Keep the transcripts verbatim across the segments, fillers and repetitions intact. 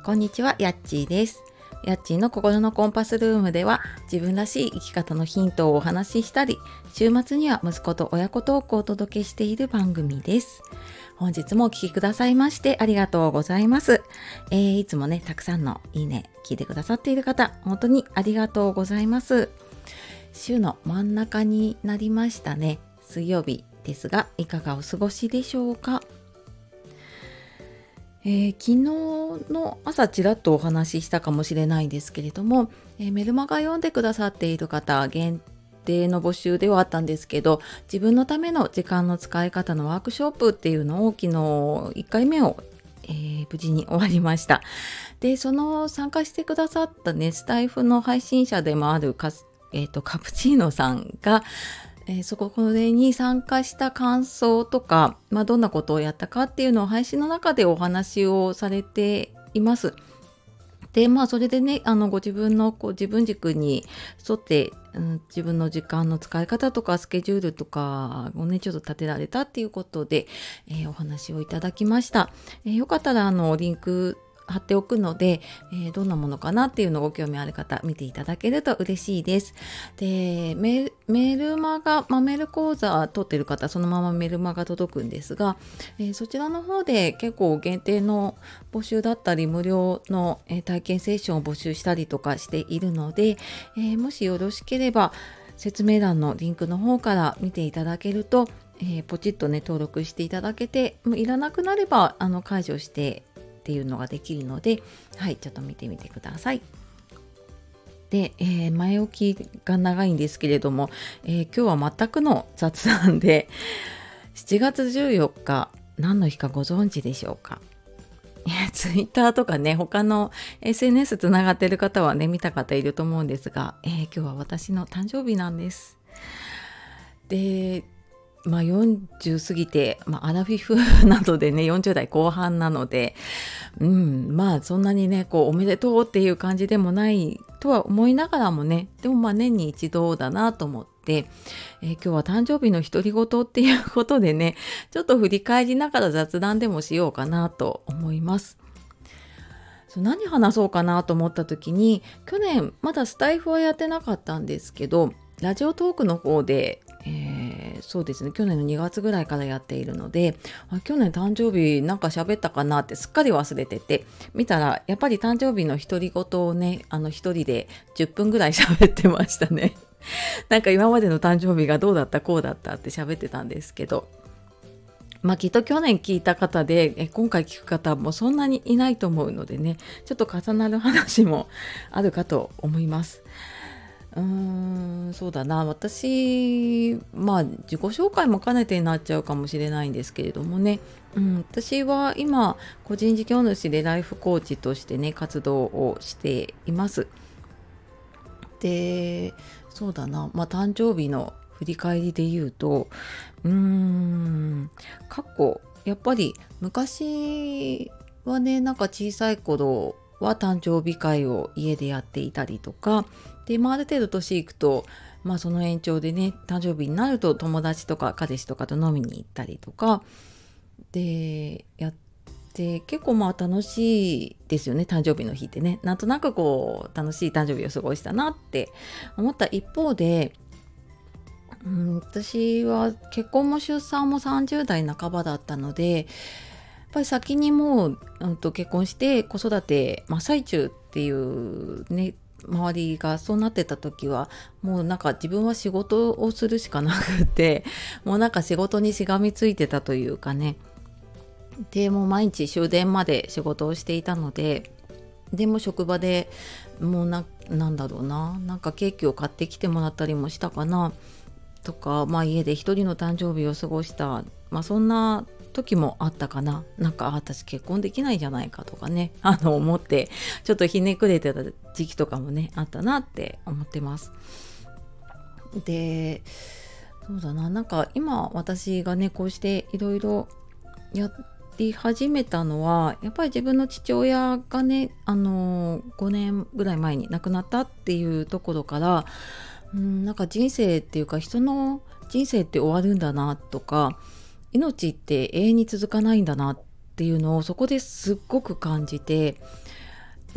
こんにちは、やっちーです。やっちーの心のコンパスルームでは、自分らしい生き方のヒントをお話ししたり、週末には息子と親子トークをお届けしている番組です。本日もお聞きくださいましてありがとうございます。えー、いつもね、たくさんのいいね、聞いてくださっている方、本当にありがとうございます。週の真ん中になりましたね。水曜日ですが、いかがお過ごしでしょうか。えー、昨日の朝ちらっとお話ししたかもしれないんですけれども、えー、メルマガ読んでくださっている方限定の募集ではあったんですけど、自分のための時間の使い方のワークショップっていうのを昨日いっかいめを、えー、無事に終わりました。で、その参加してくださったね、スタイフの配信者でもあるカス、えーと、カプチーノさんがえー、そここれに参加した感想とか、まあ、どんなことをやったかっていうのを配信の中でお話をされています。で、まあそれでね、あのご自分のこう自分軸に沿って、うん、自分の時間の使い方とかスケジュールとかをねちょっと立てられたっていうことで、えー、お話をいただきました。えー、よかったらあのリンク貼っておくので、えー、どんなものかなっていうのをご興味ある方見ていただけると嬉しいです。で、メ, メルマガ、まあ、メール講座取ってる方そのままメルマガ届くんですが、えー、そちらの方で結構限定の募集だったり無料の、えー、体験セッションを募集したりとかしているので、えー、もしよろしければ説明欄のリンクの方から見ていただけると、えー、ポチッとね登録していただけて、いらなくなればあの解除してっていうのができるので、はい、ちょっと見てみてください。で、えー、前置きが長いんですけれども、えー、今日は全くの雑談で、しちがつじゅうよっか何の日かご存知でしょうか。ツイッターとかね、他の エスエヌエス つながってる方はね、見た方いると思うんですが、えー、今日は私の誕生日なんです。で、まあ、よんじゅう過ぎて、まあ、アラフィフなどでねよんじゅう代後半なので、うん、まあそんなにねこうおめでとうっていう感じでもないとは思いながらもね、でもまあ年に一度だなと思って、えー、今日は誕生日の独り言っていうことでね、ちょっと振り返りながら雑談でもしようかなと思います。そう、何話そうかなと思った時に、去年まだスタイフはやってなかったんですけど、ラジオトークの方でえー、そうですね、去年のにがつぐらいからやっているので、あ、去年誕生日なんか喋ったかなってすっかり忘れてて、見たらやっぱり誕生日の独り言をね、あの一人でじゅっぷんぐらい喋ってましたね。なんか今までの誕生日がどうだったこうだったって喋ってたんですけど、まあきっと去年聞いた方でえ今回聞く方もそんなにいないと思うのでね、ちょっと重なる話もあるかと思います。うーん、そうだな。私、まあ自己紹介も兼ねてになっちゃうかもしれないんですけれどもね、うん、私は今個人事業主でライフコーチとしてね活動をしています。で、そうだな。まあ誕生日の振り返りで言うと、うーん、過去やっぱり昔はね、なんか小さい頃は誕生日会を家でやっていたりとかで、まあ、ある程度年いくと、まあ、その延長でね誕生日になると友達とか彼氏とかと飲みに行ったりとかでやって結構まあ楽しいですよね。誕生日の日ってね、なんとなくこう楽しい誕生日を過ごしたなって思った一方で、うん、私は結婚も出産もさんじゅう代半ばだったので、やっぱり先にもう、うん、と結婚して子育て真っ最中っていうね周りがそうなってた時は、もうなんか自分は仕事をするしかなくて、もうなんか仕事にしがみついてたというかね、でもう毎日終電まで仕事をしていたので、でも職場でもう な, なんだろうななんかケーキを買ってきてもらったりもしたかなとか、まあ、家で一人の誕生日を過ごした、まあ、そんな時もあったかな。なんか私結婚できないんじゃないかとかね、あの思ってちょっとひねくれてた時期とかもねあったなって思ってます。で、そうだな、なんか今私がねこうしていろいろやり始めたのは、やっぱり自分の父親がねあのごねんぐらい前に亡くなったっていうところから、うん、なんか人生っていうか人の人生って終わるんだなとか、命って永遠に続かないんだなっていうのをそこですっごく感じて、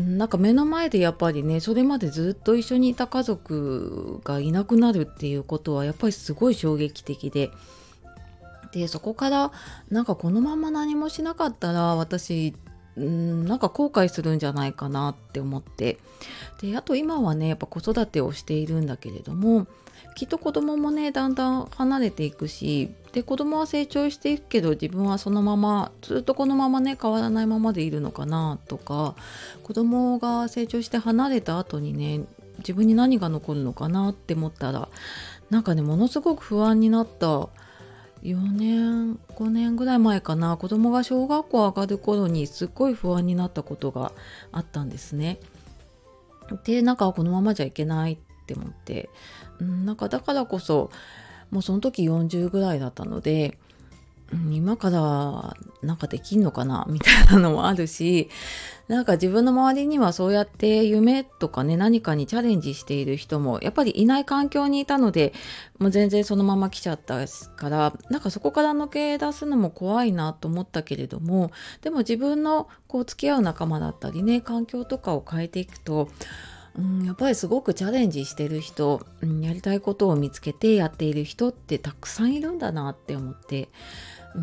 んなんか目の前でやっぱりね、それまでずっと一緒にいた家族がいなくなるっていうことはやっぱりすごい衝撃的で、でそこからなんかこのまま何もしなかったら私んなんか後悔するんじゃないかなって思って、であと今はねやっぱ子育てをしているんだけれども、きっと子供もねだんだん離れていくし、で子供は成長していくけど自分はそのままずっとこのままね変わらないままでいるのかなとか、子供が成長して離れた後にね自分に何が残るのかなって思ったら、なんかねものすごく不安になった。よねんごねんぐらい前かな、子供が小学校上がる頃にすっごい不安になったことがあったんですね。でなんかこのままじゃいけないって思って、うん、なんかだからこそもうその時よんじゅうぐらいだったので、うん、今からなんかできんのかなみたいなのもあるし、なんか自分の周りにはそうやって夢とかね何かにチャレンジしている人もやっぱりいない環境にいたので、もう全然そのまま来ちゃったから、なんかそこから抜け出すのも怖いなと思ったけれども、でも自分のこう付き合う仲間だったりね環境とかを変えていくと、うん、やっぱりすごくチャレンジしてる人、うん、やりたいことを見つけてやっている人ってたくさんいるんだなって思って、うん、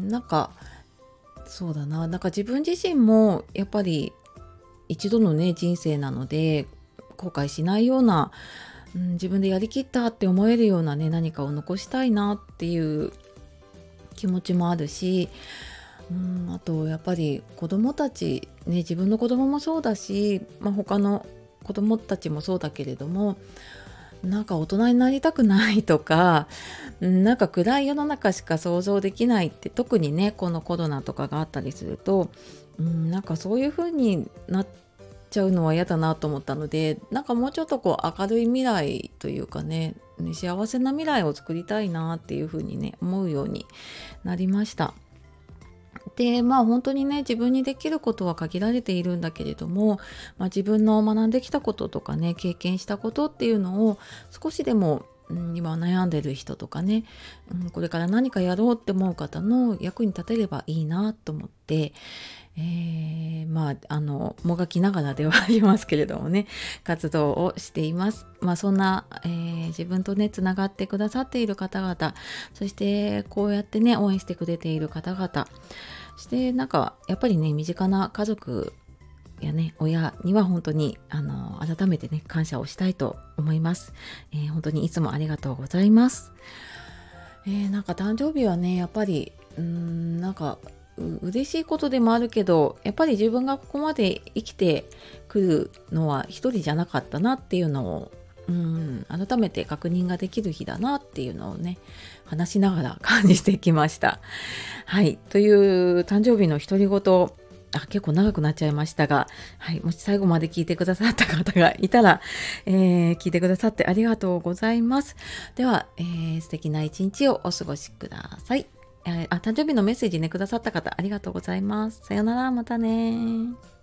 なんかそうだな、なんか自分自身もやっぱり一度のね人生なので後悔しないような、うん、自分でやりきったって思えるようなね何かを残したいなっていう気持ちもあるし、うん、あとやっぱり子供たちね、自分の子供もそうだし、まあ、他の子供たちもそうだけれども、なんか大人になりたくないとか、うんなんか暗い世の中しか想像できないって、特にねこのコロナとかがあったりすると、うん、なんかそういう風になっちゃうのは嫌だなと思ったので、なんかもうちょっとこう明るい未来というかね、ね幸せな未来を作りたいなっていう風にね思うようになりました。でまあ本当にね自分にできることは限られているんだけれども、まあ、自分の学んできたこととかね経験したことっていうのを少しでも、うん、今悩んでる人とかね、うん、これから何かやろうって思う方の役に立てればいいなと思って、えー、まああのもがきながらではありますけれどもね活動をしています。まあそんな、えー自分とねつながってくださっている方々、そしてこうやってね応援してくれている方々、そしてなんかやっぱりね身近な家族やね親には本当にあの改めてね感謝をしたいと思います。えー本当にいつもありがとうございます。えーなんか誕生日はねやっぱりうーんなんかう嬉しいことでもあるけど、やっぱり自分がここまで生きてくるのは一人じゃなかったなっていうのを、うん改めて確認ができる日だなっていうのをね話しながら感じてきました。はい、という誕生日の独り言、あ結構長くなっちゃいましたが、はい、もし最後まで聞いてくださった方がいたら、えー聞いてくださってありがとうございます。では、えー素敵な一日をお過ごしください。えーあ、誕生日のメッセージねくださった方ありがとうございます。さよなら、またね。